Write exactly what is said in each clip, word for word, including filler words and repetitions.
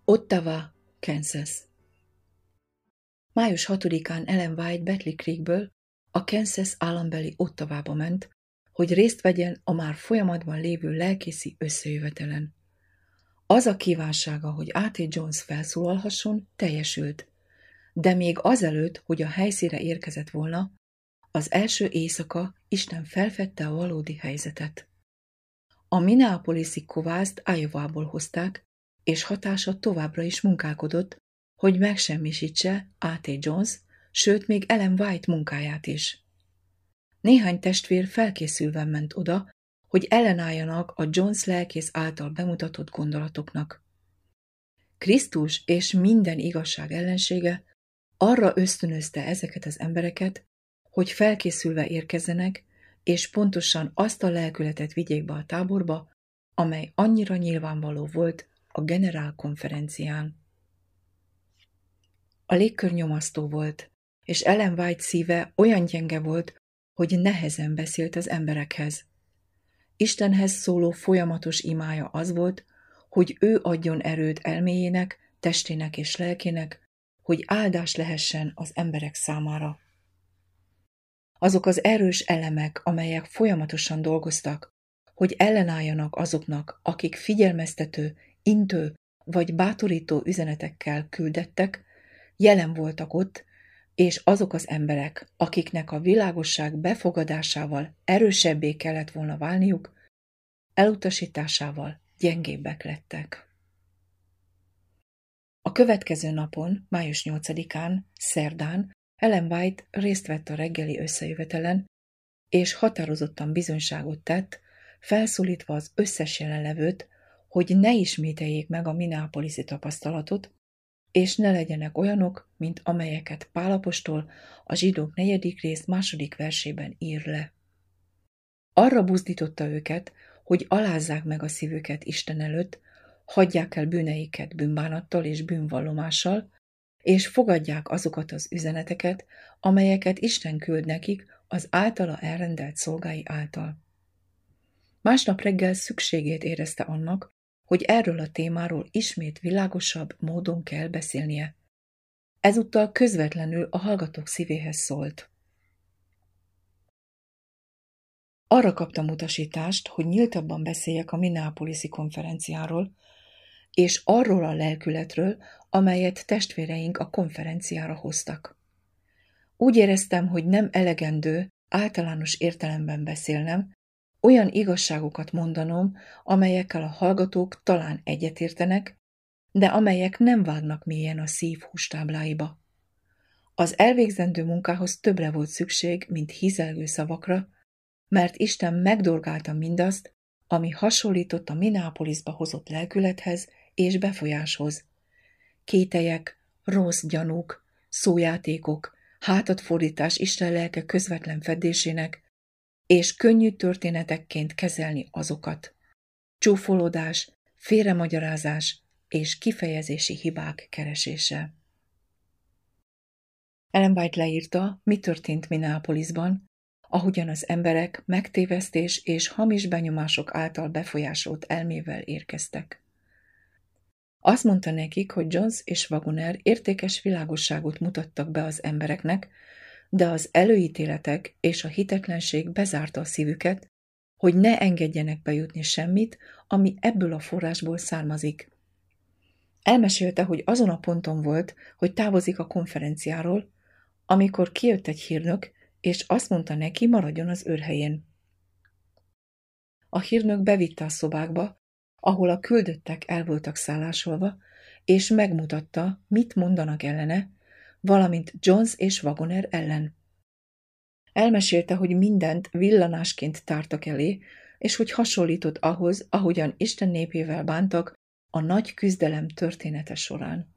Ottawa, Kansas. május hatodikán Ellen White Battle Creekből a Kansas állambeli Ottavába ment, hogy részt vegyen a már folyamatban lévő lelkészi összejövetelen. Az a kívánsága, hogy á té Jones felszólalhasson, teljesült, de még azelőtt, hogy a helyszínre érkezett volna, az első éjszaka Isten felfedte a valódi helyzetet. A Minneapolis-i kovászt Iowaból hozták, és hatása továbbra is munkálkodott, hogy megsemmisítse á té Jones, sőt még Ellen White munkáját is. Néhány testvér felkészülve ment oda, hogy ellenálljanak a Jones lelkész által bemutatott gondolatoknak. Krisztus és minden igazság ellensége arra ösztönözte ezeket az embereket, hogy felkészülve érkezzenek, és pontosan azt a lelkületet vigyék be a táborba, amely annyira nyilvánvaló volt a generálkonferencián. A légkör nyomasztó volt, és Ellen White szíve olyan gyenge volt, hogy nehezen beszélt az emberekhez. Istenhez szóló folyamatos imája az volt, hogy ő adjon erőt elméjének, testének és lelkének, hogy áldás lehessen az emberek számára. Azok az erős elemek, amelyek folyamatosan dolgoztak, hogy ellenálljanak azoknak, akik figyelmeztető, intő vagy bátorító üzenetekkel küldettek, jelen voltak ott, és azok az emberek, akiknek a világosság befogadásával erősebbé kellett volna válniuk, elutasításával gyengébbek lettek. A következő napon, május nyolcadikán, szerdán, Ellen White részt vett a reggeli összejövetelen, és határozottan bizonyságot tett, felszólítva az összes jelenlevőt, hogy ne ismételjék meg a minneapolisi tapasztalatot, és ne legyenek olyanok, mint amelyeket Pál apostol a Zsidók negyedik rész második versében ír le. Arra buzdította őket, hogy alázzák meg a szívüket Isten előtt, hagyják el bűneiket bűnbánattal és bűnvallomással, és fogadják azokat az üzeneteket, amelyeket Isten küld nekik az általa elrendelt szolgái által. Másnap reggel szükségét érezte annak, hogy erről a témáról ismét világosabb módon kell beszélnie. Ezúttal közvetlenül a hallgatók szívéhez szólt. Arra kaptam utasítást, hogy nyíltabban beszéljek a Minneapolisi konferenciáról, és arról a lelkületről, amelyet testvéreink a konferenciára hoztak. Úgy éreztem, hogy nem elegendő általános értelemben beszélnem, olyan igazságokat mondanom, amelyekkel a hallgatók talán egyetértenek, de amelyek nem vágnak mélyen a szív hústábláiba. Az elvégzendő munkához többre volt szükség, mint hízelgő szavakra, mert Isten megdorgálta mindazt, ami hasonlított a Minneapolisba hozott lelkülethez és befolyáshoz. Kételyek, rossz gyanúk, szójátékok, hátadfordítás Isten lelke közvetlen fedésének, és könnyű történetekként kezelni azokat. Csúfolódás, félremagyarázás és kifejezési hibák keresése. Ellen White leírta, mi történt Minneapolisban, ahogyan az emberek megtévesztés és hamis benyomások által befolyásolt elmével érkeztek. Azt mondta nekik, hogy Jones és Wagoner értékes világosságot mutattak be az embereknek, de az előítéletek és a hitetlenség bezárta a szívüket, hogy ne engedjenek bejutni semmit, ami ebből a forrásból származik. Elmesélte, hogy azon a ponton volt, hogy távozik a konferenciáról, amikor kijött egy hírnök, és azt mondta neki, maradjon az őrhelyén. A hírnök bevitte a szobákba, ahol a küldöttek el voltak szállásolva, és megmutatta, mit mondanak ellene, valamint Jones és Wagoner ellen. Elmesélte, hogy mindent villanásként tártak elé, és hogy hasonlított ahhoz, ahogyan Isten népével bántak a nagy küzdelem története során.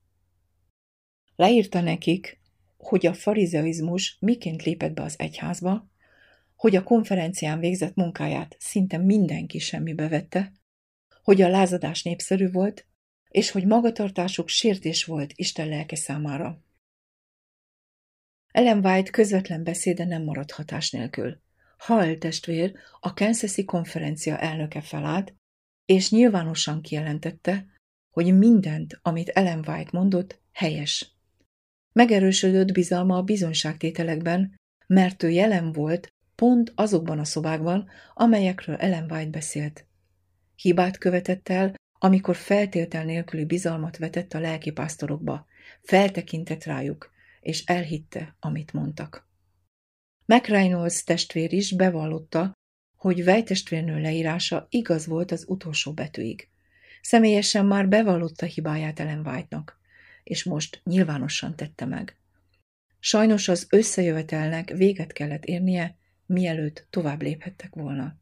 Leírta nekik, hogy a farizeizmus miként lépett be az egyházba, hogy a konferencián végzett munkáját szinte mindenki semmibe vette, hogy a lázadás népszerű volt, és hogy magatartásuk sértés volt Isten lelke számára. Ellen White közvetlen beszéde nem maradt hatás nélkül. Hall testvér, a Kansasi konferencia elnöke felállt, és nyilvánosan kijelentette, hogy mindent, amit Ellen White mondott, helyes. Megerősödött bizalma a bizonyságtételekben, mert ő jelen volt pont azokban a szobákban, amelyekről Ellen White beszélt. Hibát követett el, amikor feltétel nélküli bizalmat vetett a lelkipásztorokba, feltekintett rájuk, és elhitte, amit mondtak. McReynolds testvér is bevallotta, hogy White testvérnő leírása igaz volt az utolsó betűig. Személyesen már bevallotta hibáját Ellen White-nak, és most nyilvánosan tette meg. Sajnos az összejövetelnek véget kellett érnie, mielőtt tovább léphettek volna.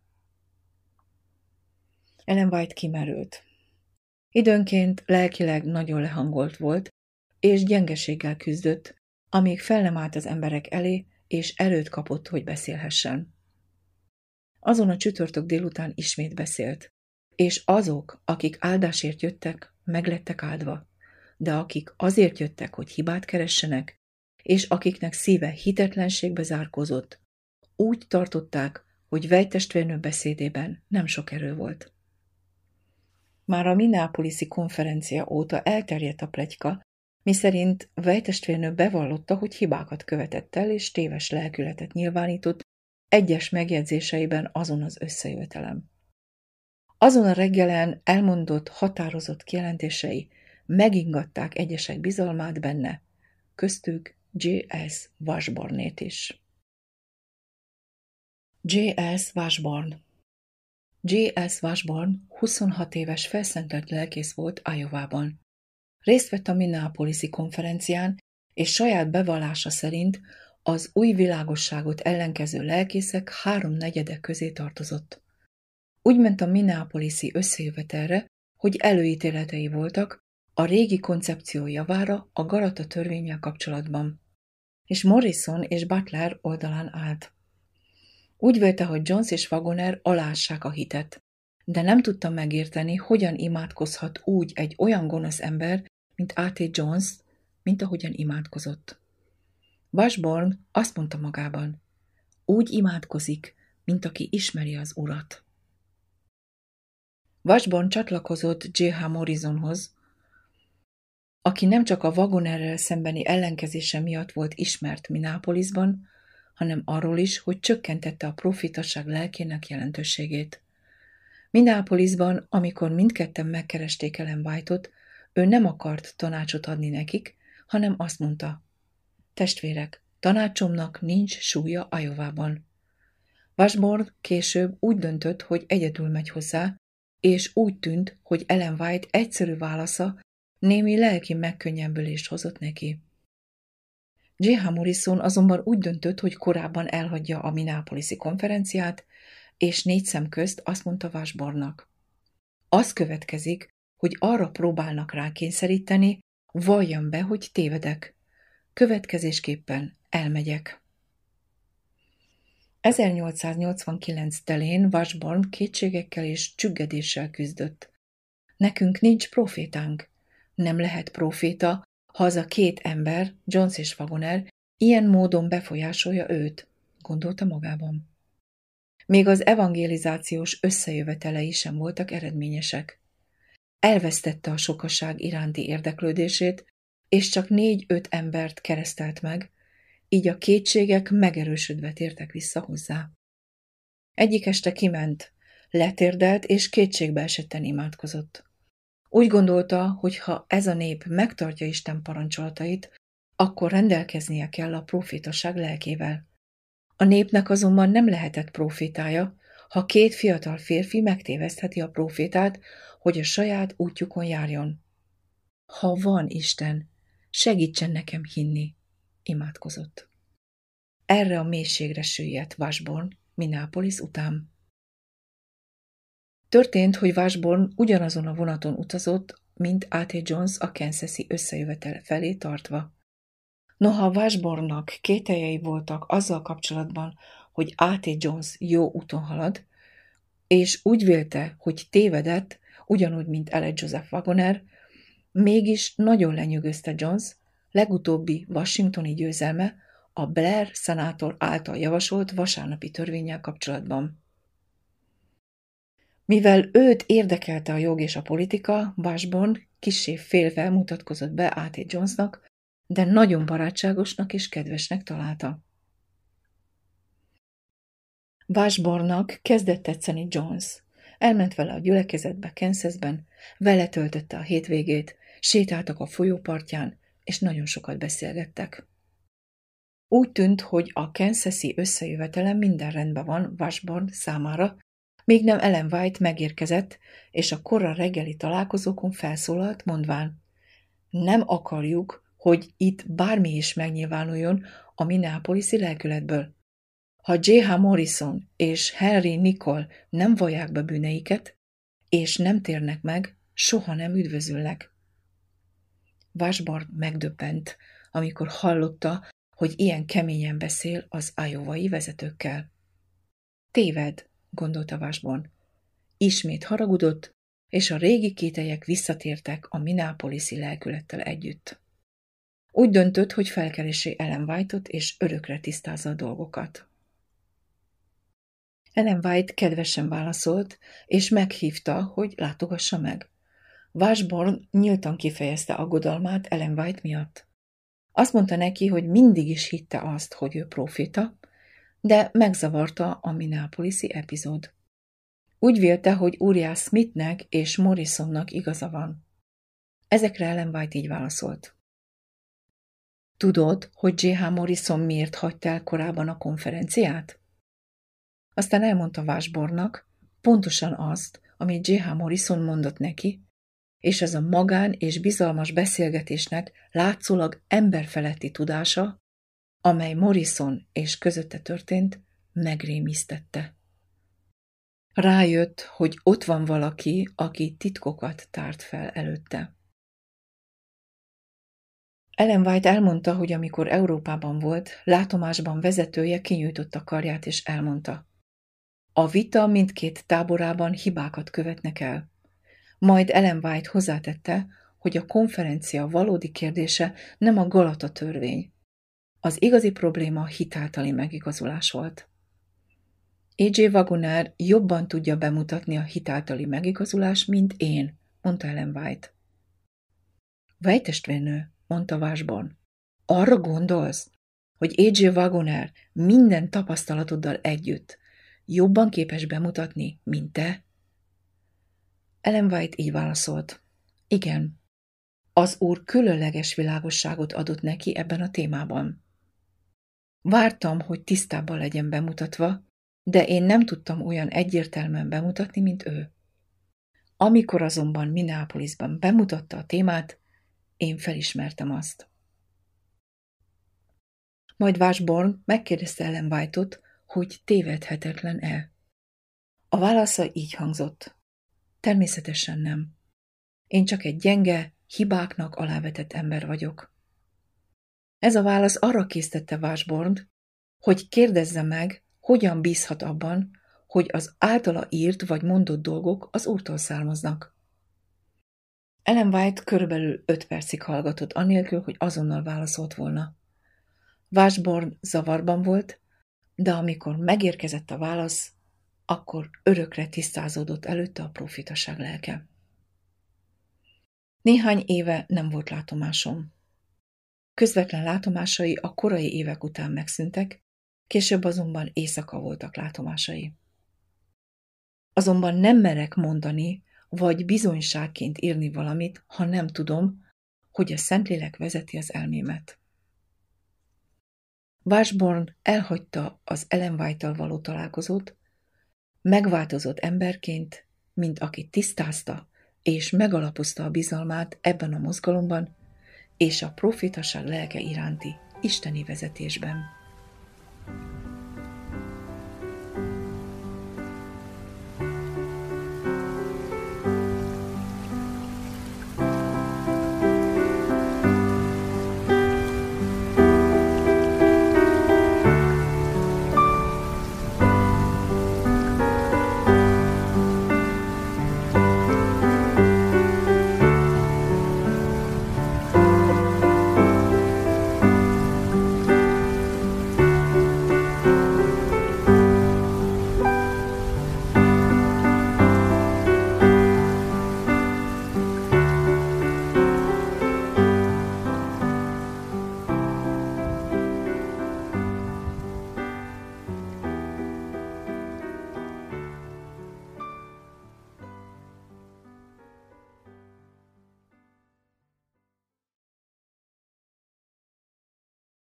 Ellen White kimerült. Időnként lelkileg nagyon lehangolt volt, és gyengeséggel küzdött, amíg fel nem állt az emberek elé, és erőt kapott, hogy beszélhessen. Azon a csütörtök délután ismét beszélt, és azok, akik áldásért jöttek, meglettek áldva, de akik azért jöttek, hogy hibát keressenek, és akiknek szíve hitetlenségbe zárkózott, úgy tartották, hogy White testvérnő beszédében nem sok erő volt. Már a Minneapolisi konferencia óta elterjedt a pletyka, miszerint White testvérnő bevallotta, hogy hibákat követett el, és téves lelkületet nyilvánított egyes megjegyzéseiben azon az összejövetelem. Azon a reggelen elmondott, határozott kijelentései megingatták egyesek bizalmát benne, köztük J S Washbornét is. J S Washborn J S Washborn huszonhat éves felszentelt lelkész volt Iowában. Részt vett a Minneapolisi konferencián, és saját bevallása szerint az új világosságot ellenkező lelkészek háromnegyedek közé tartozott. Úgy ment a Minneapolisi összejövetelre, hogy előítéletei voltak a régi koncepció javára a Galata törvénnyel kapcsolatban, és Morrison és Butler oldalán állt. Úgy vélte, hogy Jones és Wagoner aláássák a hitet, de nem tudta megérteni, hogyan imádkozhat úgy egy olyan gonosz ember, mint á té Jones, mint ahogyan imádkozott. Washborn azt mondta magában, úgy imádkozik, mint aki ismeri az Urat. Washborn csatlakozott J H Morrisonhoz, aki nem csak a Wagonerrel szembeni ellenkezése miatt volt ismert Minneapolisban, hanem arról is, hogy csökkentette a profétaság lelkének jelentőségét. Minneapolisban, amikor mindketten megkeresték Ellen White-ot, ő nem akart tanácsot adni nekik, hanem azt mondta, testvérek, tanácsomnak nincs súlya Iowában. Washborn később úgy döntött, hogy egyedül megy hozzá, és úgy tűnt, hogy Ellen White egyszerű válasza némi lelki megkönnyebbülést hozott neki. J H Morrison azonban úgy döntött, hogy korábban elhagyja a Minneapolisi konferenciát, és négy szem közt azt mondta Washbornnak. Az következik, hogy arra próbálnak rákényszeríteni, valljam be, hogy tévedek. Következésképpen elmegyek. ezernyolcszáznyolcvankilenc telén Washborn kétségekkel és csüggedéssel küzdött. Nekünk nincs profétánk. Nem lehet proféta, ha az a két ember, Jones és Wagoner, ilyen módon befolyásolja őt, gondolta magában. Még az evangelizációs összejövetelei sem voltak eredményesek. Elvesztette a sokaság iránti érdeklődését, és csak négy-öt embert keresztelt meg, így a kétségek megerősödve tértek vissza hozzá. Egyik este kiment, letérdelt és kétségbe esetten imádkozott. Úgy gondolta, hogy ha ez a nép megtartja Isten parancsolatait, akkor rendelkeznie kell a profétaság lelkével. A népnek azonban nem lehetett profétája, ha két fiatal férfi megtévesztheti a profétát, hogy a saját útjukon járjon. Ha van Isten, segítsen nekem hinni, imádkozott. Erre a mélységre süllyedt Washborn Minneapolis után. Történt, hogy Washborn ugyanazon a vonaton utazott, mint á té Jones a Kansasi összejövetel felé tartva. Noha Washbornnak kételjei voltak azzal kapcsolatban, hogy á té Jones jó úton halad, és úgy vélte, hogy tévedett, ugyanúgy, mint L. Joseph Wagoner, mégis nagyon lenyűgözte Jones legutóbbi washingtoni győzelme a Blair szenátor által javasolt vasárnapi törvénnyel kapcsolatban. Mivel őt érdekelte a jog és a politika, Washborn kissé félve mutatkozott be á té Jonesnak, de nagyon barátságosnak és kedvesnek találta. Washburnnak kezdett tetszeni Jones. Elment vele a gyülekezetbe Kansasben, vele töltötte a hétvégét, sétáltak a folyópartján, és nagyon sokat beszélgettek. Úgy tűnt, hogy a kansasi összejövetelen minden rendben van Washburn számára, még nem Ellen White megérkezett, és a korra reggeli találkozókon felszólalt, mondván: nem akarjuk, hogy itt bármi is megnyilvánuljon a Minneapolis-i lelkületből. Ha J H Morrison és Henry Nicole nem vallják be bűneiket, és nem térnek meg, soha nem üdvözöllek. Washburn megdöbbent, amikor hallotta, hogy ilyen keményen beszél az iowai vezetőkkel. Téved, gondolta Washburn. Ismét haragudott, és a régi kételyek visszatértek a Minneapolis-i lelkülettel együtt. Úgy döntött, hogy felkeresi Ellen White-ot, és örökre tisztázza a dolgokat. Ellen White kedvesen válaszolt, és meghívta, hogy látogassa meg. Washburn nyíltan kifejezte aggodalmát Ellen White miatt. Azt mondta neki, hogy mindig is hitte azt, hogy ő próféta, de megzavarta a Minneapolis-i epizód. Úgy vélte, hogy Uriah Smithnek és Morrisonnak igaza van. Ezekre Ellen White így válaszolt. Tudod, hogy J H Morrison miért hagyta el korábban a konferenciát? Aztán elmondta Washburnnak pontosan azt, amit J H Morrison mondott neki, és ez a magán és bizalmas beszélgetésnek látszólag emberfeletti tudása, amely Morrison és közötte történt, megrémisztette. Rájött, hogy ott van valaki, aki titkokat tárt fel előtte. Ellen White elmondta, hogy amikor Európában volt, látomásban vezetője kinyújtotta karját és elmondta: a vita mindkét táborában hibákat követnek el. Majd Ellen White hozzátette, hogy a konferencia valódi kérdése nem a Galata törvény. Az igazi probléma hitáltali megigazulás volt. á jé Wagoner jobban tudja bemutatni a hitáltali megigazulást, mint én, mondta Ellen White. Vejtestvérnő, mondta Washburn, arra gondolsz, hogy á jé Wagoner minden tapasztalatoddal együtt jobban képes bemutatni, mint te? Ellen White így válaszolt. Igen, az úr különleges világosságot adott neki ebben a témában. Vártam, hogy tisztábban legyen bemutatva, de én nem tudtam olyan egyértelműen bemutatni, mint ő. Amikor azonban Minneapolisban bemutatta a témát, én felismertem azt. Majd Washburn megkérdezte Ellen White-ot, hogy tévedhetetlen-e. A válasza így hangzott. Természetesen nem. Én csak egy gyenge, hibáknak alávetett ember vagyok. Ez a válasz arra késztette Washburnt, hogy kérdezze meg, hogyan bízhat abban, hogy az általa írt vagy mondott dolgok az Úrtól származnak. Ellen White körülbelül öt percig hallgatott, anélkül, hogy azonnal válaszolt volna. Washburn zavarban volt, de amikor megérkezett a válasz, akkor örökre tisztázódott előtte a profétaság lelke. Néhány éve nem volt látomásom. Közvetlen látomásai a korai évek után megszűntek, később azonban éjszaka voltak látomásai. Azonban nem merek mondani, vagy bizonyságként írni valamit, ha nem tudom, hogy a Szentlélek vezeti az elmémet. Washburn elhagyta az Ellen White-tal való találkozót, megváltozott emberként, mint aki tisztázta és megalapozta a bizalmát ebben a mozgalomban és a profétaság lelke iránti isteni vezetésben.